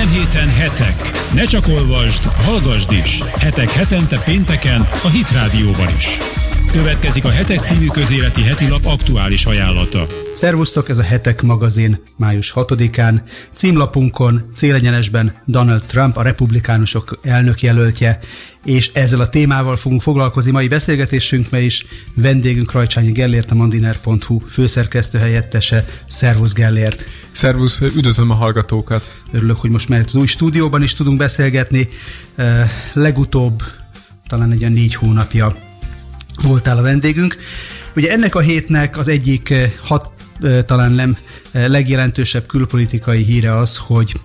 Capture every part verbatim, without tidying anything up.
Minden héten hetek. Ne csak olvasd, hallgasd is. Hetek hetente pénteken a Hit Rádióban is. Következik a Hetek című közéleti hetilap aktuális ajánlata. Szervusztok, ez a Hetek magazin május hatodikán. Címlapunkon célegyenesben Donald Trump, a republikánusok elnökjelöltje, és ezzel a témával fogunk foglalkozni mai beszélgetésünkben is. Vendégünk Rajcsányi Gellért, a mandiner pont hu főszerkesztő helyettese. Szervusz Gellért! Szervusz, üdvözlöm a hallgatókat! Örülök, hogy most már az új stúdióban is tudunk beszélgetni. Uh, legutóbb, talán egy olyan négy hónapja voltál a vendégünk. Ugye ennek a hétnek az egyik hat, talán nem legjelentősebb külpolitikai híre az, hogy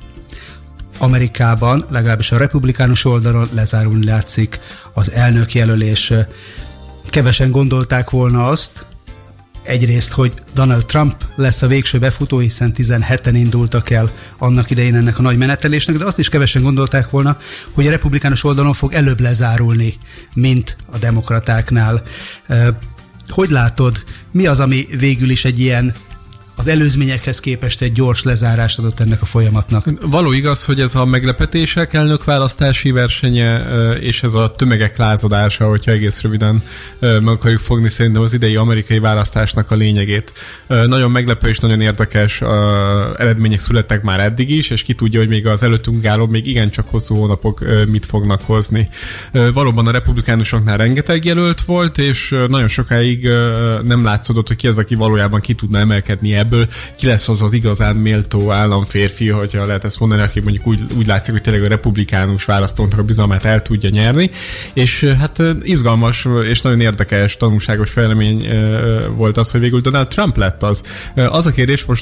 Amerikában, legalábbis a republikánus oldalon lezárulni látszik az elnökjelölés. Kevesen gondolták volna azt, egyrészt, hogy Donald Trump lesz a végső befutó, hiszen tizenheten indultak el annak idején ennek a nagy menetelésnek, de azt is kevesen gondolták volna, hogy a republikánus oldalon fog előbb lezárulni, mint a demokratáknál. Hogy látod, mi az, ami végül is egy ilyen, az előzményekhez képest egy gyors lezárást adott ennek a folyamatnak? Való igaz, hogy ez a meglepetések elnökválasztási versenye, és ez a tömegek lázadása, hogyha egész röviden meg akarjuk fogni szerintem az idei amerikai választásnak a lényegét. Nagyon meglepő és nagyon érdekes eredmények születtek már eddig is, és ki tudja, hogy még az előttünk álló, még igencsak hosszú hónapok mit fognak hozni. Valóban a republikánusoknál rengeteg jelölt volt, és nagyon sokáig nem látszódott, hogy ki az, aki valójában ki tudna emelkedni ebből. Ki lesz az az igazán méltó államférfi, hogyha lehet ezt mondani, aki mondjuk úgy, úgy látszik, hogy tényleg a republikánus választóknak a bizalmát el tudja nyerni. És hát izgalmas és nagyon érdekes, tanulságos fejlemény volt az, hogy végül Donald Trump lett az. Az a kérdés most,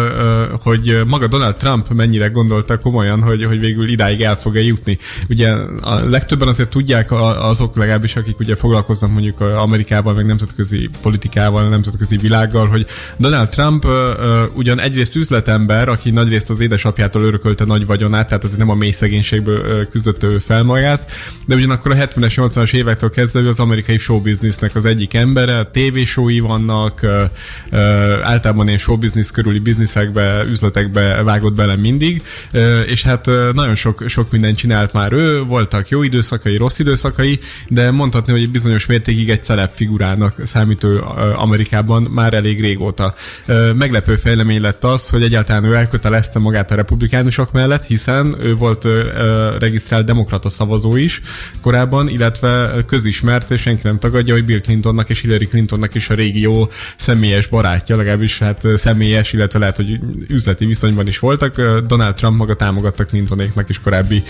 hogy maga Donald Trump mennyire gondolta komolyan, hogy, hogy végül idáig el fog-e jutni. Ugye a legtöbben azért tudják azok legalábbis, akik ugye foglalkoznak mondjuk Amerikával, meg nemzetközi politikával, nemzetközi világgal, hogy Donald Trump uh, ugyan egyrészt üzletember, aki nagyrészt az édesapjától örökölte nagy vagyonát, tehát azért nem a mély szegénységből uh, küzdött ő fel magát, de ugyanakkor a hetvenes, nyolcvanas évektől kezdve az amerikai showbiznisznek az egyik embere, tévésói vannak, uh, uh, általában ilyen showbiznisz körüli bizniszekbe, üzletekbe vágott bele mindig, uh, és hát uh, nagyon sok, sok mindent csinált már ő, voltak jó időszakai, rossz időszakai, de mondhatni, hogy bizonyos mértékig egy celeb figurának számít ő uh, Amerikában már elég régóta. Meglepő fejlemény lett az, hogy egyáltalán ő elkötelezte magát a republikánusok mellett, hiszen ő volt ö, regisztrált demokrata szavazó is korábban, illetve közismert, és senki nem tagadja, hogy Bill Clintonnak és Hillary Clintonnak is a régi jó személyes barátja, legalábbis hát személyes, illetve lehet, hogy üzleti viszonyban is voltak. Donald Trump maga támogatta Clintonéknak is korábbi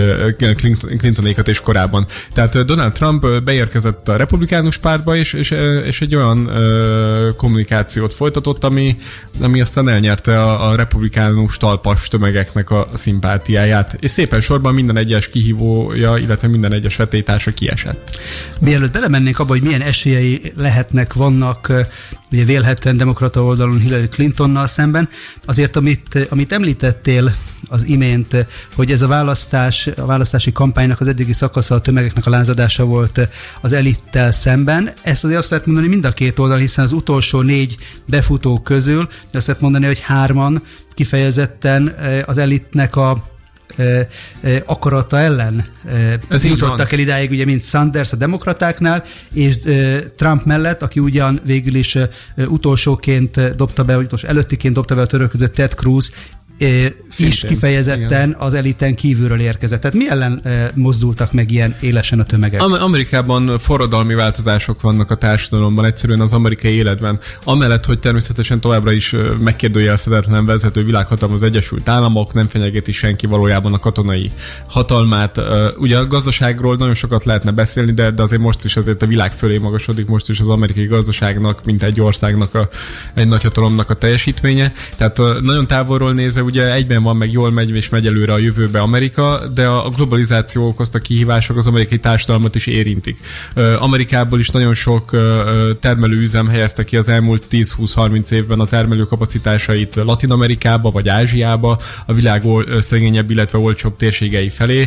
Clintonékat és korábban. Tehát Donald Trump beérkezett a republikánus pártba, és, és, és egy olyan ö, kommunikációt folytatott, ami, ami aztán elnyerte a, a republikánus talpas tömegeknek a, a szimpátiáját. És szépen sorban minden egyes kihívója, illetve minden egyes vetétársa kiesett. Mielőtt belemennénk abba, hogy milyen esélyei lehetnek, vannak ugye vélhetően demokrata oldalon Hillary Clintonnal szemben, azért amit, amit említettél az imént, hogy ez a választás, a választási kampánynak az eddigi szakasza a tömegeknek a lázadása volt az elittel szemben. Ezt azért azt lehet mondani mind a két oldal, hiszen az utolsó négy befutó közül azt lehet mondani, hogy hárman kifejezetten az elitnek a E, e, akarata ellen e, jutottak el idáig, ugye, mint Sanders a demokratáknál, és e, Trump mellett, aki ugyan végül is e, utolsóként dobta be, utolsó előttiként dobta be a török között Ted Cruz, Szintén, is kifejezetten igen. Az eliten kívülről érkezett. Tehát mi ellen e, mozdultak meg ilyen élesen a tömegek? Am- Amerikában forradalmi változások vannak a társadalomban, egyszerűen az amerikai életben. Amellett, hogy természetesen továbbra is megkérdőjelezhetetlen vezető világhatalom az Egyesült Államok, nem fenyegeti senki valójában a katonai hatalmát. Ugye a gazdaságról nagyon sokat lehetne beszélni, de, de azért most is azért a világ fölé magasodik, most is az amerikai gazdaságnak, mint egy országnak, a, egy nagyhatalomnak a teljesítménye. Tehát nagyon távolról nézve ugye egyben van, meg jól megy és megy előre a jövőbe Amerika, de a globalizáció okozta kihívások az amerikai társadalmat is érintik. Amerikából is nagyon sok termelőüzem helyezte ki az elmúlt tíz-húsz-harminc évben a termelőkapacitásait Latin Amerikába vagy Ázsiába, a világ szegényebb, illetve olcsóbb térségei felé.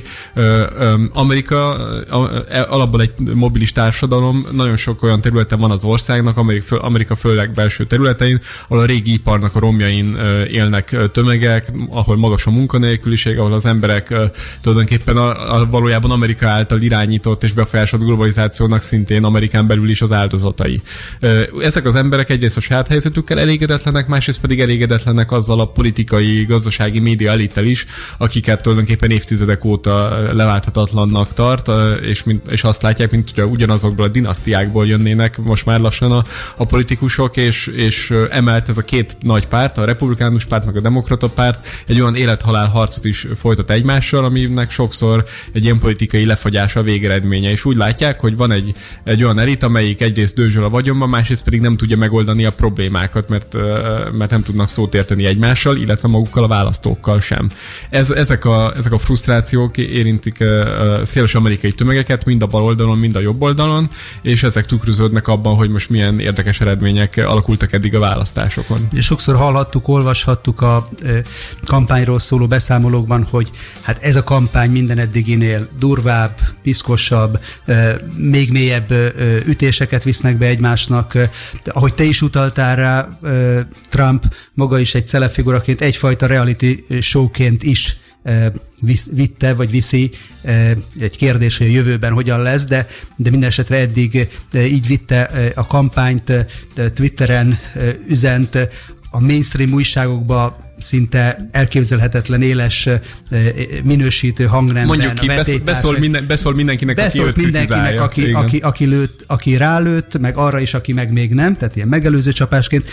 Amerika alapból egy mobilis társadalom, nagyon sok olyan területen van az országnak, Amerika, Amerika főleg belső területein, ahol a régi iparnak a romjain élnek tömegek, közösségek, ahol magas a munkanélküliség, ahol az emberek tulajdonképpen a, a valójában Amerika által irányított és befolyásolt globalizációnak szintén Amerikán belül is az áldozatai. Ezek az emberek egyrészt a saját helyzetükkel elégedetlenek, másrészt pedig elégedetlenek azzal a politikai, gazdasági média elittel is, akiket tulajdonképpen évtizedek óta leválthatatlannak tart, és, mint, és azt látják, mint ugye ugyanazokból a dinasztiákból jönnének most már lassan a, a politikusok, és, és emelt ez a két nagy párt, a republikánus párt, meg a demokrata párt egy olyan élethalál harcot is folytat egymással, aminek sokszor egy ilyen politikai lefagyása a végeredménye. És úgy látják, hogy van egy, egy olyan elit, amelyik egyrészt dőzsöl a vagyonban, másrészt pedig nem tudja megoldani a problémákat, mert, mert nem tudnak szót érteni egymással, illetve magukkal a választókkal sem. Ez, ezek, a, ezek a frusztrációk érintik a széles amerikai tömegeket, mind a bal oldalon, mind a jobb oldalon, és ezek tükröződnek abban, hogy most milyen érdekes eredmények alakultak eddig a választásokon. Sokszor hallhattuk, olvashattuk a kampányról szóló beszámolókban, hogy hát ez a kampány minden eddiginél durvább, piszkosabb, még mélyebb ütéseket visznek be egymásnak. Ahogy te is utaltál rá, Trump maga is egy celebfiguraként, egyfajta reality showként is vitte, vagy viszi, egy kérdés, hogy a jövőben hogyan lesz, de, de minden esetre eddig így vitte a kampányt, Twitteren üzent, a mainstream újságokba szinte elképzelhetetlen éles minősítő hangrendben. Mondjuk ki, beszól, beszól, minden, beszól mindenkinek, Beszólt aki őt mindenkinek, aki, aki, aki, lőtt, aki rálőtt, meg arra is, aki meg még nem, tehát ilyen megelőző csapásként.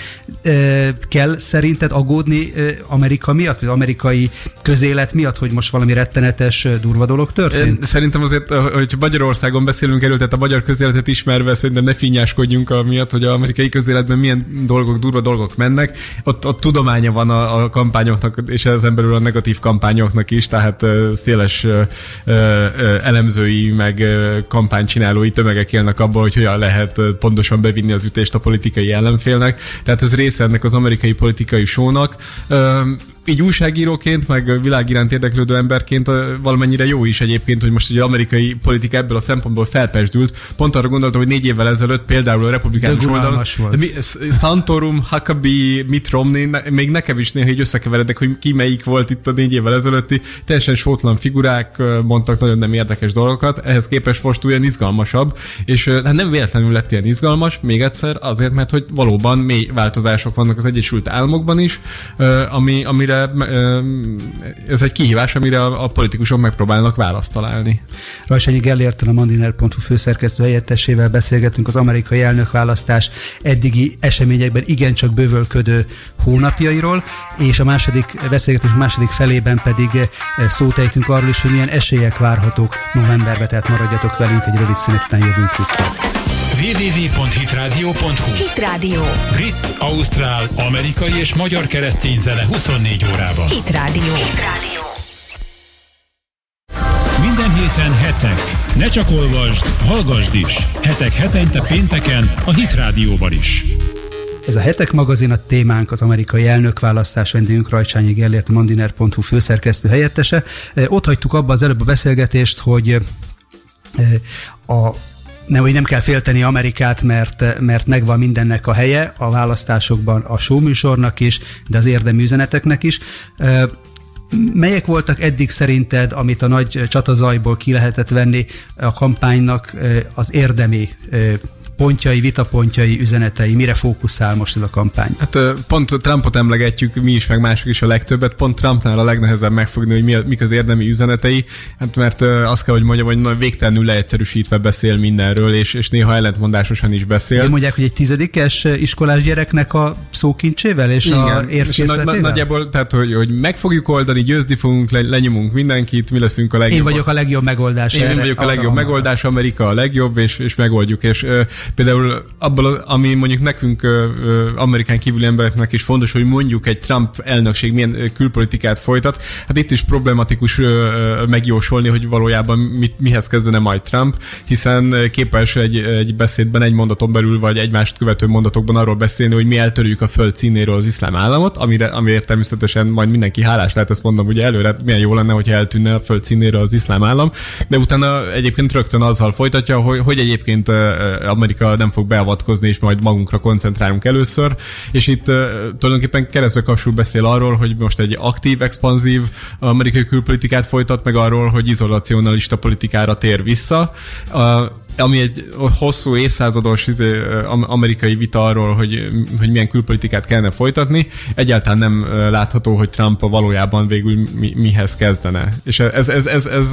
Kell szerinted aggódni Amerika miatt, vagy amerikai közélet miatt, hogy most valami rettenetes, durva dolog történt? Szerintem azért, hogy Magyarországon beszélünk erről, tehát a magyar közéletet ismerve, szerintem ne finnyáskodjunk amiatt, hogy az amerikai közéletben milyen dolgok, durva dolgok mennek. Ott, ott tudománya van a, a kampányoknak, és ezen belül a negatív kampányoknak is, tehát uh, széles uh, uh, elemzői, meg uh, kampánycsinálói tömegek élnek abban, hogy hogyan lehet uh, pontosan bevinni az ütést a politikai ellenfélnek. Tehát ez része ennek az amerikai politikai show-nak. Uh, így újságíróként, meg világ iránt érdeklődő emberként valamennyire jó is egyébként, hogy most ugye az amerikai politika ebből a szempontból felpesdült. Pont arra gondoltam, hogy négy évvel ezelőtt például a republikánus oldalon Santorum, Huckabee, Mitt Romney, ne, még nekem is néha így összekeveredek, hogy ki melyik volt itt a négy évvel ezelőtti. Teljesen sótlan figurák, mondtak nagyon nem érdekes dolgokat, ehhez képest most olyan izgalmasabb, és hát nem véletlenül lett ilyen izgalmas, még egyszer azért, mert hogy valóban mély változások vannak az Egyesült Államokban is, ami, amire ez egy kihívás, amire a, a politikusok megpróbálnak választ találni. Rajcsányi Gellérttel, a mandiner pont hu főszerkesztő helyettesével beszélgetünk az amerikai elnökválasztás eddigi eseményekben igencsak bővölködő hónapjairól, és a második beszélgetés második felében pedig szót ejtünk arról is, hogy milyen esélyek várhatók novemberben, tehát maradjatok velünk, egy rövid szünet után jövünk vissza. double-u double-u double-u pont hitradio pont hu Hit Radio. Brit, ausztrál, amerikai és magyar keresztény zene huszonnégy órában. Hit Radio. Hit Radio. Minden héten hetek. Ne csak olvasd, hallgasd is. Hetek hetente pénteken a Hit Rádióban is. Ez a Hetek magazin, a témánk az amerikai elnökválasztás, vendégünk Rajcsányi Gellért, a mandiner pont hu főszerkesztő helyettese. Ott hagytuk abba az előbb a beszélgetést, hogy a Ne, hogy nem kell félteni Amerikát, mert, mert megvan mindennek a helye, a választásokban a showműsornak is, de az érdemi üzeneteknek is. Melyek voltak eddig szerinted, amit a nagy csatazajból ki lehetett venni a kampánynak, az érdemi pontjai, vitapontjai, üzenetei, mire fókuszál most ez a kampány? Hát pont Trumpot emlegetjük mi is, meg mások is a legtöbbet, pont Trumpnál a legnehezebb megfogni, hogy mi, mik az érdemi üzenetei, hát mert azt kell, hogy mondjam, hogy végtelenül leegyszerűsítve beszél mindenről, és, és néha ellentmondásosan is beszél. De mondják, hogy egy tizedikes iskolás gyereknek a szókincsével és igen, a érvkészletével? Nagy, nagyjából, tehát hogy, hogy meg fogjuk oldani, győzni fogunk, le, lenyomunk mindenkit, mi leszünk a legjobb. Én vagyok a legjobb megoldás. Én erre, vagyok a legjobb megoldás, Amerika a legjobb, és, és megoldjuk, és például abból, ami mondjuk nekünk Amerikán kívüli embereknek is fontos, hogy mondjuk egy Trump elnökség milyen külpolitikát folytat. Hát itt is problematikus megjósolni, hogy valójában mit, mihez kezdene majd Trump, hiszen képes egy, egy beszédben egy mondaton belül, vagy egymást követő mondatokban arról beszélni, hogy mi eltörjük a föld színéről az iszlám államot, amire, amiért természetesen majd mindenki hálás lehet, ezt mondom, ugye előre milyen jó lenne, hogyha eltűnne a föld színéről az iszlám állam, de utána egyébként rögtön azzal folytatja, hogy, hogy egyébként Amerika Amerika nem fog beavatkozni, és majd magunkra koncentrálunk először, és itt uh, tulajdonképpen keresztül beszél arról, hogy most egy aktív, expanzív amerikai külpolitikát folytat, meg arról, hogy izolacionalista politikára tér vissza, uh, ami egy hosszú évszázados izé, amerikai vita arról, hogy, hogy milyen külpolitikát kellene folytatni, egyáltalán nem látható, hogy Trump valójában végül mi, mihez kezdene. És ez, ez, ez, ez,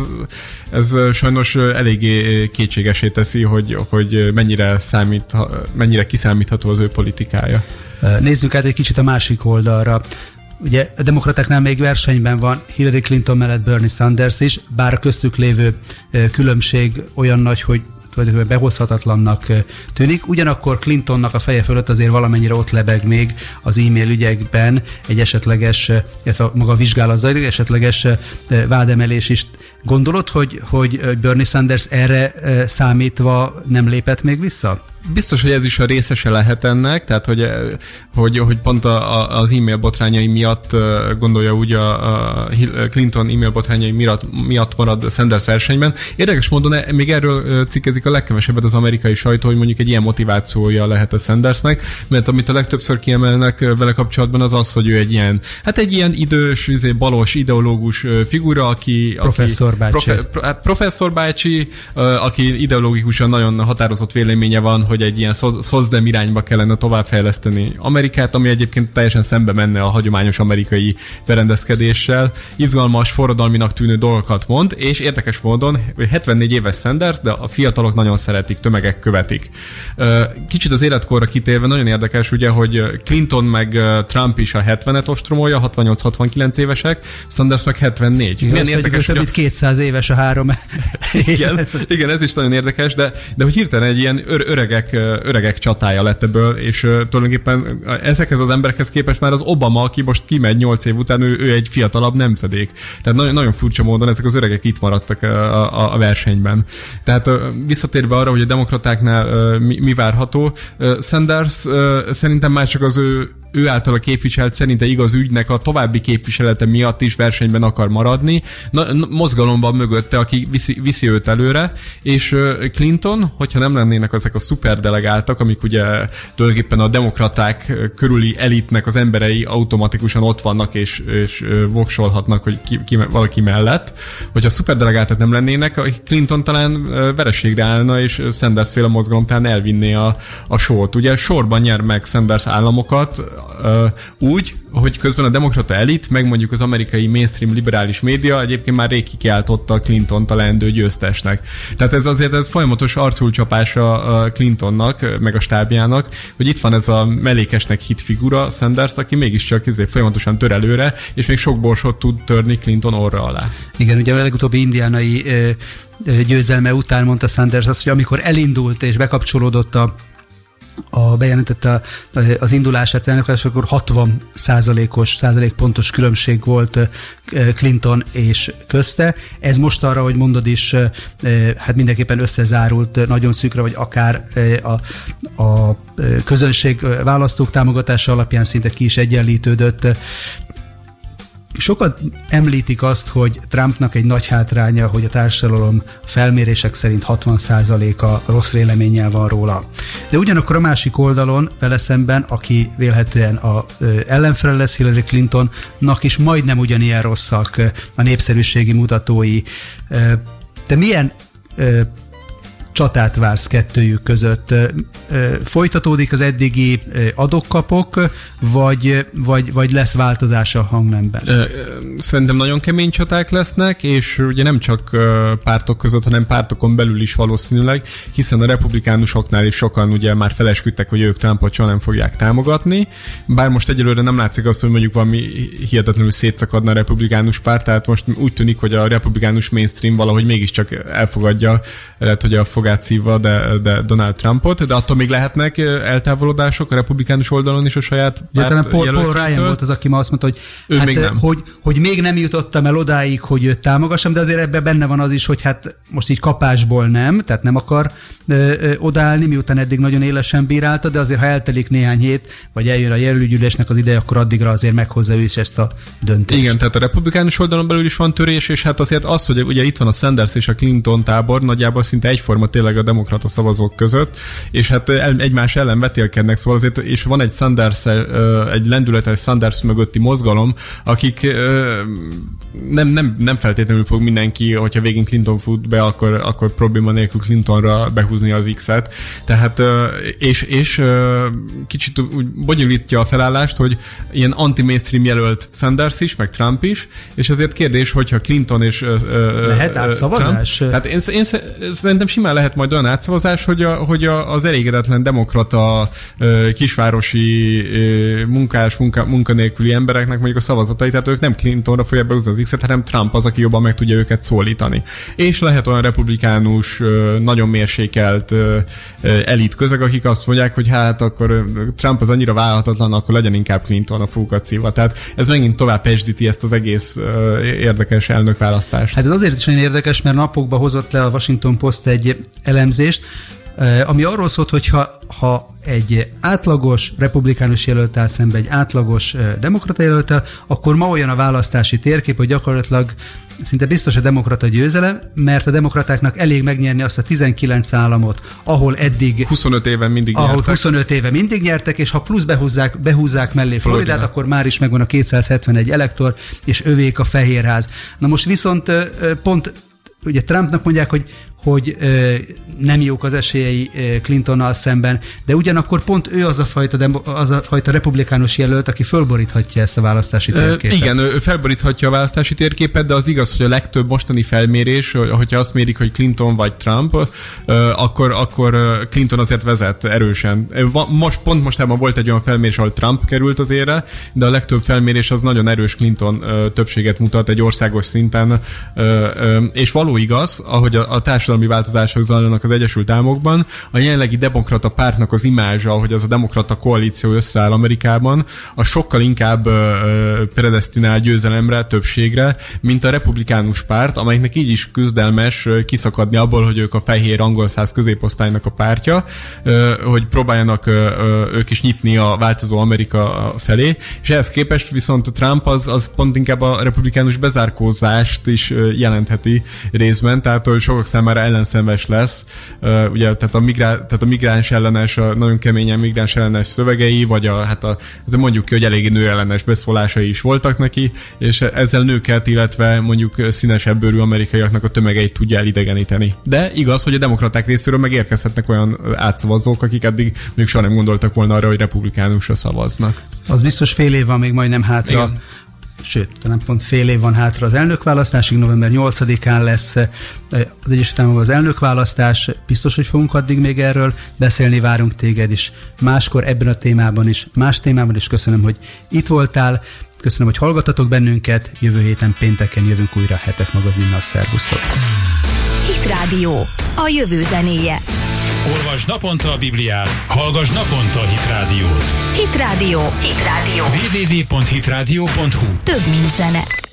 ez sajnos eléggé kétségesé teszi, hogy, hogy mennyire, számít, mennyire kiszámítható az ő politikája. Nézzük át egy kicsit a másik oldalra. Ugye a demokratáknál még versenyben van Hillary Clinton mellett Bernie Sanders is, bár a köztük lévő különbség olyan nagy, hogy tulajdonképpen behozhatatlannak tűnik. Ugyanakkor Clintonnak a feje fölött azért valamennyire ott lebeg még az e-mail ügyekben egy esetleges, illetve maga a vizsgálat zajlik, esetleges vádemelés is. Gondolod, hogy, hogy Bernie Sanders erre számítva nem lépett még vissza? Biztos, hogy ez is a részese lehet ennek, tehát hogy, hogy, hogy pont a, az e-mail botrányai miatt gondolja úgy a, a Clinton e-mail botrányai miatt, miatt marad Sanders versenyben. Érdekes módon még erről cikkezik a legkevesebbet az amerikai sajtó, hogy mondjuk egy ilyen motivációja lehet a Sandersnek, mert amit a legtöbbször kiemelnek vele kapcsolatban az az, hogy ő egy ilyen, hát egy ilyen idős, izé, balos, ideológus figura, aki... Professzor aki, bácsi. Profe, professzor bácsi, aki ideológikusan nagyon határozott véleménye van, hogy egy ilyen szozdem irányba kellene továbbfejleszteni Amerikát, ami egyébként teljesen szembe menne a hagyományos amerikai berendezkedéssel. Izgalmas, forradalminak tűnő dolgokat mond, és érdekes módon hetvennégy éves Sanders, de a fiatalok nagyon szeretik, tömegek követik. Kicsit az életkorra kitérve nagyon érdekes, ugye, hogy Clinton meg Trump is a hetvenet ostromolja, hatvannyolc-hatvankilenc évesek, Sanders meg hetvennégy. Igen, milyen érdekes, hogy a... kétszáz éves a három. igen, igen, ez is nagyon érdekes, de, de hogy hirtelen egy ilyen öregek, öregek csatája lett ebből, és uh, tulajdonképpen ezekhez az emberekhez képest már az Obama, aki most kimegy nyolc év után, ő, ő egy fiatalabb nemzedék. Tehát nagyon, nagyon furcsa módon ezek az öregek itt maradtak a, a, a versenyben. Tehát uh, visszatérve arra, hogy a demokratáknál uh, mi, mi várható, uh, Sanders uh, szerintem már csak az ő ő által a képviselt szerinte igaz ügynek a további képviselete miatt is versenyben akar maradni. Na, mozgalomban mögötte, aki viszi, viszi őt előre, és Clinton, hogyha nem lennének ezek a szuperdelegáltak, amik ugye tulajdonképpen a demokraták körüli elitnek az emberei automatikusan ott vannak, és, és voksolhatnak, hogy ki, ki, valaki mellett. Hogyha szuperdelegáltak nem lennének, Clinton talán vereségre állna, és Sanders féle mozgalom talán elvinné a, a sót. Ugye sorban nyer meg Sanders államokat, úgy, hogy közben a demokrata elit, meg mondjuk az amerikai mainstream liberális média egyébként már rég kikiáltotta a Clintont a leendő győztesnek. Tehát ez azért ez folyamatos arculcsapása a Clintonnak, meg a stábjának, hogy itt van ez a mellékesnek hit figura, Sanders, aki mégiscsak ezért folyamatosan tör előre, és még sok borsot tud törni Clinton orra alá. Igen, ugye a legutóbbi indiánai győzelme után mondta Sanders azt, hogy amikor elindult és bekapcsolódott a a bejelentette az indulását elnöklés, akkor hatvan százalékos, százalékpontos különbség volt Clinton és közte. Ez most arra, hogy mondod is, hát mindenképpen összezárult nagyon szűkre, vagy akár a, a közönség választók támogatása alapján szinte ki is egyenlítődött. Sokat említik azt, hogy Trumpnak egy nagy hátránya, hogy a társadalom felmérések szerint hatvan százaléka rossz véleménnyel van róla. De ugyanakkor a másik oldalon vele szemben, aki vélhetően a ellenfele lesz Hillary Clintonnak is majdnem ugyanilyen rosszak a népszerűségi mutatói. Te milyen csatát vársz kettőjük között? Folytatódik az eddigi adok-kapok, vagy, vagy, vagy lesz változás a hangnemben? Szerintem nagyon kemény csaták lesznek, és ugye nem csak pártok között, hanem pártokon belül is valószínűleg, hiszen a republikánusoknál is sokan ugye már felesküdtek, hogy ők Trumpot soha nem fogják támogatni, bár most egyelőre nem látszik azt, hogy mondjuk valami hihetetlenül szétszakadna a republikánus párt, tehát most úgy tűnik, hogy a republikánus mainstream valahogy mégiscsak elfogadja, lehet, hogy a fogát szívva, de, de Donald Trumpot, de attól még lehetnek eltávolodások a republikánus oldalon is a saját párt Paul, Paul Ryan volt az, aki ma azt mondta, hogy, hát, még nem. Hogy, hogy még nem jutottam el odáig, hogy őt támogassam, de azért ebben benne van az is, hogy hát most így kapásból nem, tehát nem akar ö, ö, odaállni, miután eddig nagyon élesen bírálta, de azért ha eltelik néhány hét, vagy eljön a jelölőgyűlésnek az ideje, akkor addigra azért meghozza ő is ezt a döntést. Igen, tehát a republikánus oldalon belül is van törés, és hát azért az, hogy ugye itt van a Sanders és a Clinton tábor, nagyjából szinte egyforma tényleg a demokrata szavazók között, és hát egymás ellen vetélkednek, szóval azért, és van egy Sanders, egy lendületes Sanders mögötti mozgalom, akik nem, nem, nem feltétlenül fog mindenki, hogyha végén Clinton fut be, akkor, akkor probléma nélkül Clintonra behúzni az X-et. Tehát, és, és kicsit úgy bonyolítja a felállást, hogy ilyen anti-mainstream jelölt Sanders is, meg Trump is, és ezért kérdés, hogyha Clinton és lehet átszavazás? Trump, tehát én, én szerintem simán lehet majd olyan átszavazás, hogy, a, hogy a, az elégedetlen demokrata kisvárosi munkás, munka, munkanélküli embereknek mondjuk a szavazatai, tehát ők nem Clintonra fogják behúzni az X-et, hanem Trump az, aki jobban meg tudja őket szólítani. És lehet olyan republikánus, nagyon mérsékelt elit közeg, akik azt mondják, hogy hát akkor Trump az annyira válhatatlan, akkor legyen inkább Clinton a fúkat szívva. Tehát ez megint tovább pesdíti ezt az egész érdekes elnökválasztást. Hát ez azért is nagyon érdekes, mert napokban hozott le a Washington Post egy elemzést, ami arról szólt, hogy ha, ha egy átlagos republikánus jelöltel szembe egy átlagos demokrata jelöltel, akkor ma olyan a választási térkép, hogy gyakorlatilag szinte biztos a demokrata győzelem, mert a demokratáknak elég megnyerni azt a tizenkilenc államot, ahol eddig huszonöt éve mindig ahol nyertek. huszonöt éve mindig nyertek, és ha plusz behúzzák, behúzzák mellé Floridát, Florida. Akkor már is megvan a kétszázhetvenegy elektor, és övék a Fehérház. Na most viszont pont ugye Trumpnak mondják, hogy hogy ö, nem jók az esélyei ö, Clintonnal szemben, de ugyanakkor pont ő az a fajta, demo, az a fajta republikánus jelölt, aki fölboríthatja ezt a választási térképet. Ö, igen, ő felboríthatja a választási térképet, de az igaz, hogy a legtöbb mostani felmérés, hogyha azt mérik, hogy Clinton vagy Trump, ö, akkor, akkor Clinton azért vezet erősen. Most, pont mostában volt egy olyan felmérés, ahol Trump került az érre, de a legtöbb felmérés az nagyon erős Clinton ö, többséget mutat egy országos szinten, ö, ö, és való igaz, ahogy a, a társadalmi változások zajlanak az Egyesült Államokban, a jelenlegi demokrata pártnak az imázsa, hogy az a demokrata koalíció összeáll Amerikában, a sokkal inkább ö, predesztinál győzelemre, többségre, mint a republikánus párt, amelynek így is küzdelmes ö, kiszakadni abból, hogy ők a fehér angol száz középosztálynak a pártja, ö, hogy próbáljanak ö, ö, ők is nyitni a változó Amerika felé, és ehhez képest viszont Trump az, az pont inkább a republikánus bezárkózást is ö, jelentheti részben, tehát hogy sokak számára ellenszenves lesz, uh, ugye, tehát a, migrá, tehát a migráns ellenes, a nagyon keményen migráns ellenes szövegei, vagy a, hát a, mondjuk ki, hogy eléggé nő ellenes beszólásai is voltak neki, és ezzel nőket, illetve mondjuk színesebb bőrű amerikaiaknak a tömegeit tudja elidegeníteni. De igaz, hogy a demokraták részéről megérkezhetnek olyan átszavazók, akik eddig még soha nem gondoltak volna arra, hogy republikánusra szavaznak. Az biztos fél év van még majdnem hátra. Igen. Sőt, talán pont fél év van hátra az elnökválasztásig, november nyolcadikán lesz az Egyesült Államokban az elnökválasztás, biztos, hogy fogunk addig még erről beszélni, várunk téged is máskor ebben a témában is, más témában is. Köszönöm, hogy itt voltál, köszönöm, hogy hallgattatok bennünket, jövő héten pénteken jövünk újra Hetek magazinnal, szervusztok! Hit Rádió, a jövő zenéje. Olvasd naponta a Bibliát, hallgass naponta a Hit Rádiót. Hit Rádió. Hit Rádió. double-u double-u double-u pont hit rádió pont hu. Több mint zene.